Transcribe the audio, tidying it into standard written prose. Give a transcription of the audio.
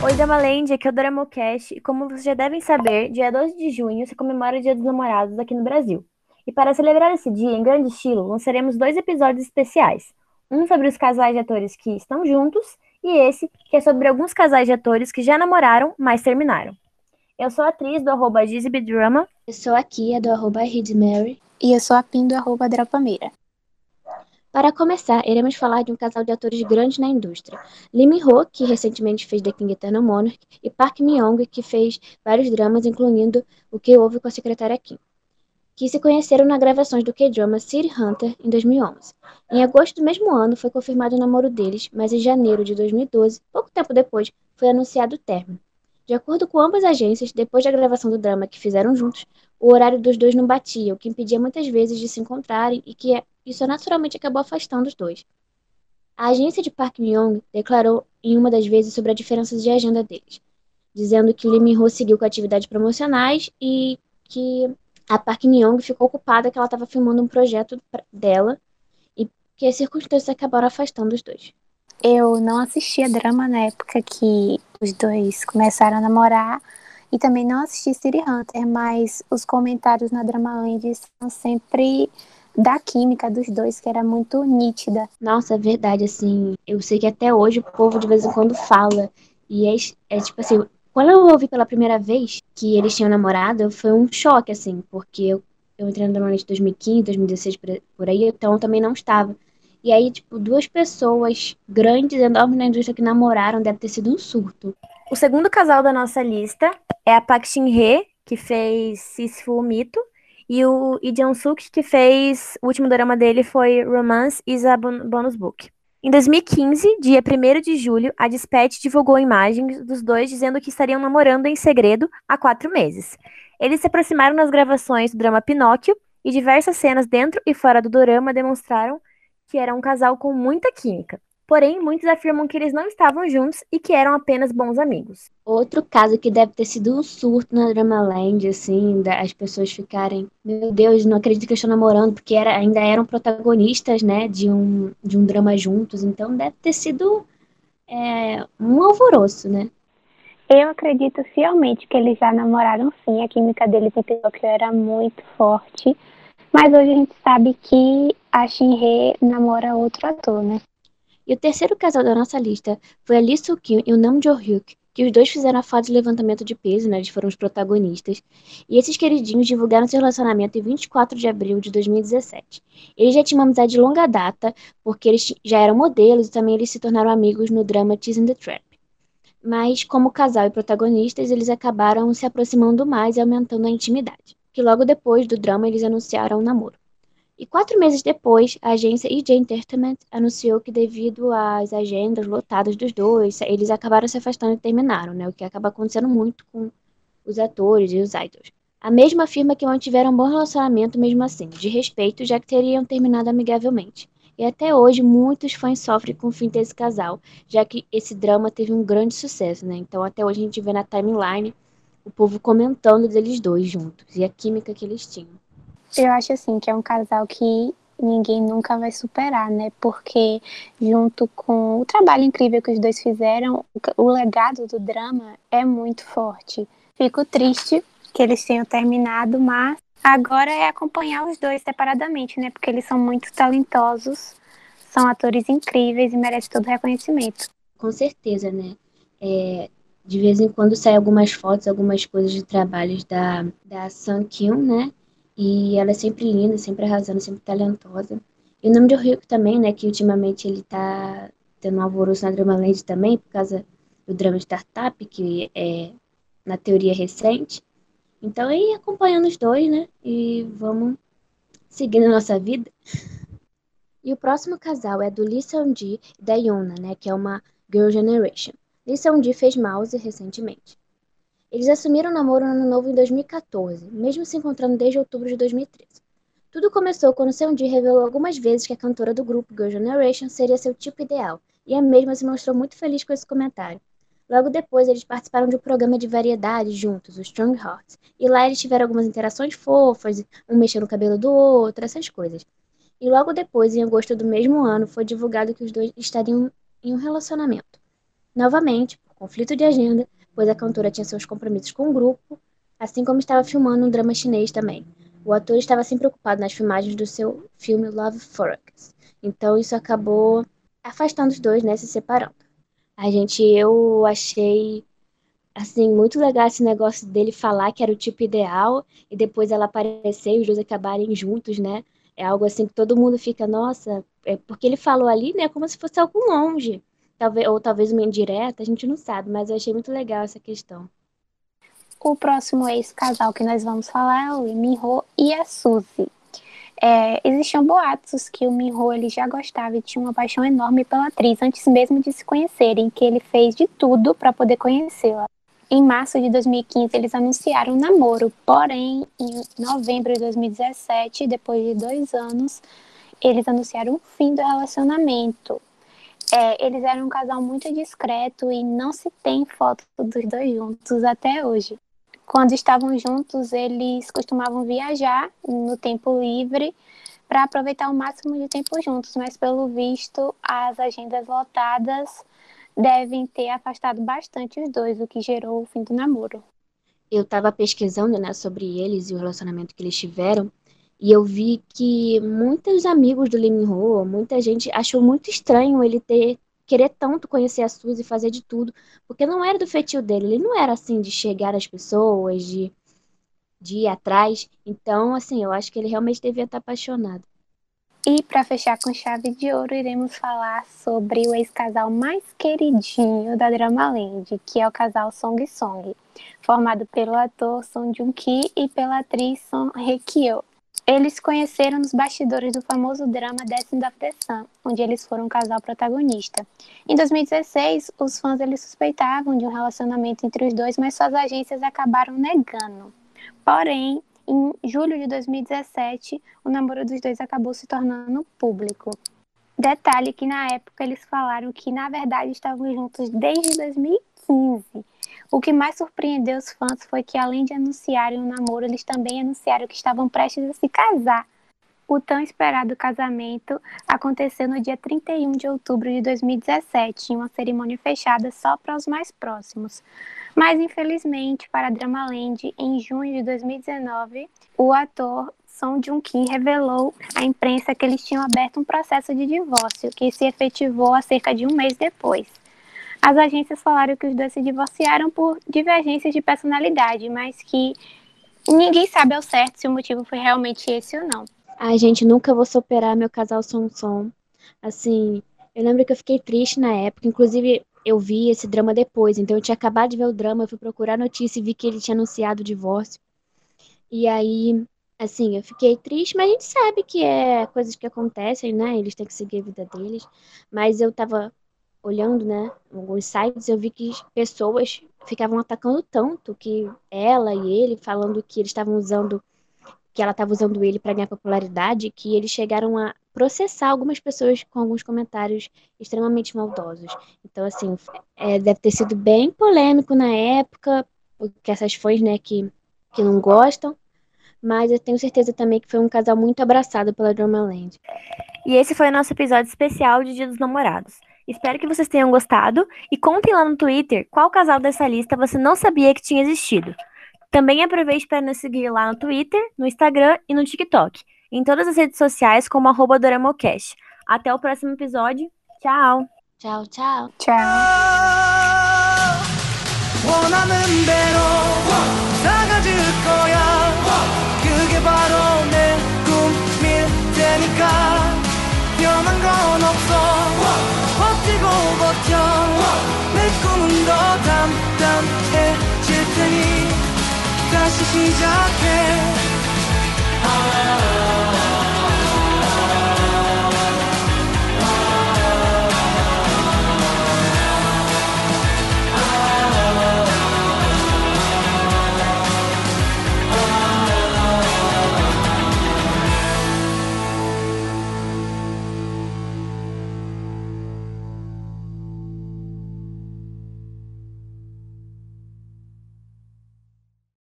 Oi, Dramaland, aqui é o Doramocast e como vocês já devem saber, dia 12 de junho se comemora o Dia dos Namorados aqui no Brasil. E para celebrar esse dia em grande estilo, lançaremos dois episódios especiais. Um sobre os casais de atores que estão juntos e esse que é sobre alguns casais de atores que já namoraram, mas terminaram. Eu sou a atriz do @GizzyBdrama. Eu sou a Kia, do @ReadMary. E eu sou a Pin do @Drapameira. Para começar, iremos falar de um casal de atores grandes na indústria. Lee Min-ho, que recentemente fez The King Eternal Monarch, e Park Min-young, que fez vários dramas, incluindo O que Houve com a Secretária Kim, que se conheceram nas gravações do K-drama City Hunter em 2011. Em agosto do mesmo ano, foi confirmado o namoro deles, mas em janeiro de 2012, pouco tempo depois, foi anunciado o término. De acordo com ambas as agências, depois da gravação do drama que fizeram juntos, o horário dos dois não batia, o que impedia muitas vezes de se encontrarem e que isso naturalmente acabou afastando os dois. A agência de Park Min-young declarou em uma das vezes sobre a diferença de agenda deles, dizendo que Lee Min-ho seguiu com atividades promocionais e que a Park Min-young ficou ocupada que ela estava filmando um projeto dela e que as circunstâncias acabaram afastando os dois. Eu não assistia drama na época que os dois começaram a namorar e também não assisti City Hunter, mas os comentários na Dramaland são sempre da química dos dois, que era muito nítida. Nossa, é verdade, assim, eu sei que até hoje o povo de vez em quando fala, e é tipo assim, quando eu ouvi pela primeira vez que eles tinham namorado, foi um choque, assim, porque eu entrei no Dramaland em 2015, 2016, por aí, então eu também não estava. E aí, tipo, duas pessoas grandes, enormes na indústria que namoraram, deve ter sido um surto. O segundo casal da nossa lista é a Park Shin-hye, que fez Sisyphus, o Mito, e o Lee Jung-suk, que fez o último drama dele foi Romance is a Bonus Book. Em 2015, dia 1º de julho, a Dispatch divulgou imagens dos dois dizendo que estariam namorando em segredo há 4 meses. Eles se aproximaram nas gravações do drama Pinóquio e diversas cenas dentro e fora do dorama demonstraram que era um casal com muita química. Porém, muitos afirmam que eles não estavam juntos e que eram apenas bons amigos. Outro caso que deve ter sido um surto na Dramaland, assim, as pessoas ficarem, meu Deus, não acredito que eu estou namorando, porque ainda eram protagonistas, né, de um drama juntos, então deve ter sido um alvoroço, né? Eu acredito fielmente que eles já namoraram sim, a química deles em Pinóquio era muito forte, mas hoje a gente sabe que a Shin-hye namora outro ator, né? E o terceiro casal da nossa lista foi a Lee Soo-kyun e o Nam Jo-hyuk, que os dois fizeram a fase de levantamento de peso, né? Eles foram os protagonistas. E esses queridinhos divulgaram seu relacionamento em 24 de abril de 2017. Eles já tinham uma amizade de longa data, porque eles já eram modelos e também eles se tornaram amigos no drama Teasing the Trap. Mas, como casal e protagonistas, eles acabaram se aproximando mais e aumentando a intimidade. Que logo depois do drama eles anunciaram o namoro. E 4 meses depois, a agência EJ Entertainment anunciou que, devido às agendas lotadas dos dois, eles acabaram se afastando e terminaram, né? O que acaba acontecendo muito com os atores e os idols. A mesma afirma que mantiveram um bom relacionamento mesmo assim, de respeito, já que teriam terminado amigavelmente. E até hoje, muitos fãs sofrem com o fim desse casal, já que esse drama teve um grande sucesso, né? Então, até hoje a gente vê na timeline o povo comentando deles dois juntos e a química que eles tinham. Eu acho assim que é um casal que ninguém nunca vai superar, né? Porque junto com o trabalho incrível que os dois fizeram, o legado do drama é muito forte. Fico triste que eles tenham terminado, mas agora é acompanhar os dois separadamente, né? Porque eles são muito talentosos, são atores incríveis e merecem todo o reconhecimento. Com certeza, né? De vez em quando saem algumas fotos, algumas coisas de trabalhos da Sun Kyun, né? E ela é sempre linda, sempre arrasando, sempre talentosa. E o nome de Ryuk também, né? Que ultimamente ele tá tendo um alvoroço na Dramaland também, por causa do drama Startup, que é, na teoria, recente. Então, aí acompanhando os dois, né? E vamos seguindo a nossa vida. E o próximo casal é do Lee Seung-gi e da Yuna, né, que é uma Girl Generation. Lee Seung-gi fez Mouse recentemente. Eles assumiram o namoro no Ano Novo em 2014, mesmo se encontrando desde outubro de 2013. Tudo começou quando Seung-gi revelou algumas vezes que a cantora do grupo Girl Generation seria seu tipo ideal, e a mesma se mostrou muito feliz com esse comentário. Logo depois, eles participaram de um programa de variedade juntos, o Strong Hearts, e lá eles tiveram algumas interações fofas, um mexendo no cabelo do outro, essas coisas. E logo depois, em agosto do mesmo ano, foi divulgado que os dois estariam em um relacionamento. Novamente, por conflito de agenda, pois a cantora tinha seus compromissos com o grupo, assim como estava filmando um drama chinês também. O ator estava sempre ocupado nas filmagens do seu filme Love Forex. Então isso acabou afastando os dois, né, se separando. Eu achei, assim, muito legal esse negócio dele falar que era o tipo ideal e depois ela aparecer e os dois acabarem juntos, né? É algo assim que todo mundo fica, nossa, é porque ele falou ali, né, como se fosse algo longe. Talvez uma indireta, a gente não sabe, mas eu achei muito legal essa questão. O próximo ex-casal que nós vamos falar é o Lee Min-ho e a Suzy. Existiam boatos que o Min-ho ele já gostava e tinha uma paixão enorme pela atriz antes mesmo de se conhecerem, que ele fez de tudo para poder conhecê-la. Em março de 2015, eles anunciaram um namoro, porém, em novembro de 2017, depois de 2 anos, eles anunciaram o fim do relacionamento. Eles eram um casal muito discreto e não se tem foto dos dois juntos até hoje. Quando estavam juntos, eles costumavam viajar no tempo livre para aproveitar o máximo de tempo juntos, mas pelo visto, as agendas lotadas devem ter afastado bastante os dois, o que gerou o fim do namoro. Eu tava pesquisando, né, sobre eles e o relacionamento que eles tiveram, e eu vi que muitos amigos do Lee Min-ho, muita gente achou muito estranho ele querer tanto conhecer a Suzy e fazer de tudo, porque não era do feitio dele, ele não era assim de chegar às pessoas, de ir atrás. Então, assim, eu acho que ele realmente devia estar apaixonado. E para fechar com chave de ouro, iremos falar sobre o ex-casal mais queridinho da Dramaland, que é o casal Song Song, formado pelo ator Song Joong-ki e pela atriz Song Hye-kyo. Eles se conheceram nos bastidores do famoso drama Descent of the Sun, onde eles foram o casal protagonista. Em 2016, os fãs eles suspeitavam de um relacionamento entre os dois, mas suas agências acabaram negando. Porém, em julho de 2017, o namoro dos dois acabou se tornando público. Detalhe que na época eles falaram que na verdade estavam juntos desde 2015. O que mais surpreendeu os fãs foi que além de anunciarem o namoro, eles também anunciaram que estavam prestes a se casar. O tão esperado casamento aconteceu no dia 31 de outubro de 2017, em uma cerimônia fechada só para os mais próximos. Mas, infelizmente, para a Dramaland, em junho de 2019, o ator Song Joong-ki revelou à imprensa que eles tinham aberto um processo de divórcio, que se efetivou há cerca de um mês depois. As agências falaram que os dois se divorciaram por divergências de personalidade, mas que ninguém sabe ao certo se o motivo foi realmente esse ou não. Ai, gente, nunca vou superar meu casal Som. Assim, eu lembro que eu fiquei triste na época, inclusive eu vi esse drama depois, então eu tinha acabado de ver o drama, eu fui procurar notícia e vi que ele tinha anunciado o divórcio. E aí, assim, eu fiquei triste, mas a gente sabe que é coisas que acontecem, né? Eles têm que seguir a vida deles. Mas eu tava olhando, né, alguns sites, eu vi que pessoas ficavam atacando tanto que ela e ele, falando que ela estava usando ele para ganhar popularidade, que eles chegaram a processar algumas pessoas com alguns comentários extremamente maldosos. Então, assim, deve ter sido bem polêmico na época, porque essas fãs, né, que não gostam, mas eu tenho certeza também que foi um casal muito abraçado pela Dramaland. E esse foi o nosso episódio especial de Dia dos Namorados. Espero que vocês tenham gostado e contem lá no Twitter qual casal dessa lista você não sabia que tinha existido. Também aproveite para nos seguir lá no Twitter, no Instagram e no TikTok. Em todas as redes sociais como @doramocast. Até o próximo episódio. Tchau! Tchau, tchau. Tchau! 원하는 대로 사가질 거야 그게 바로 내 꿈일 테니까 변한 건 없어 버티고 버텨 내 꿈은 더 담담해질 테니 다시 시작해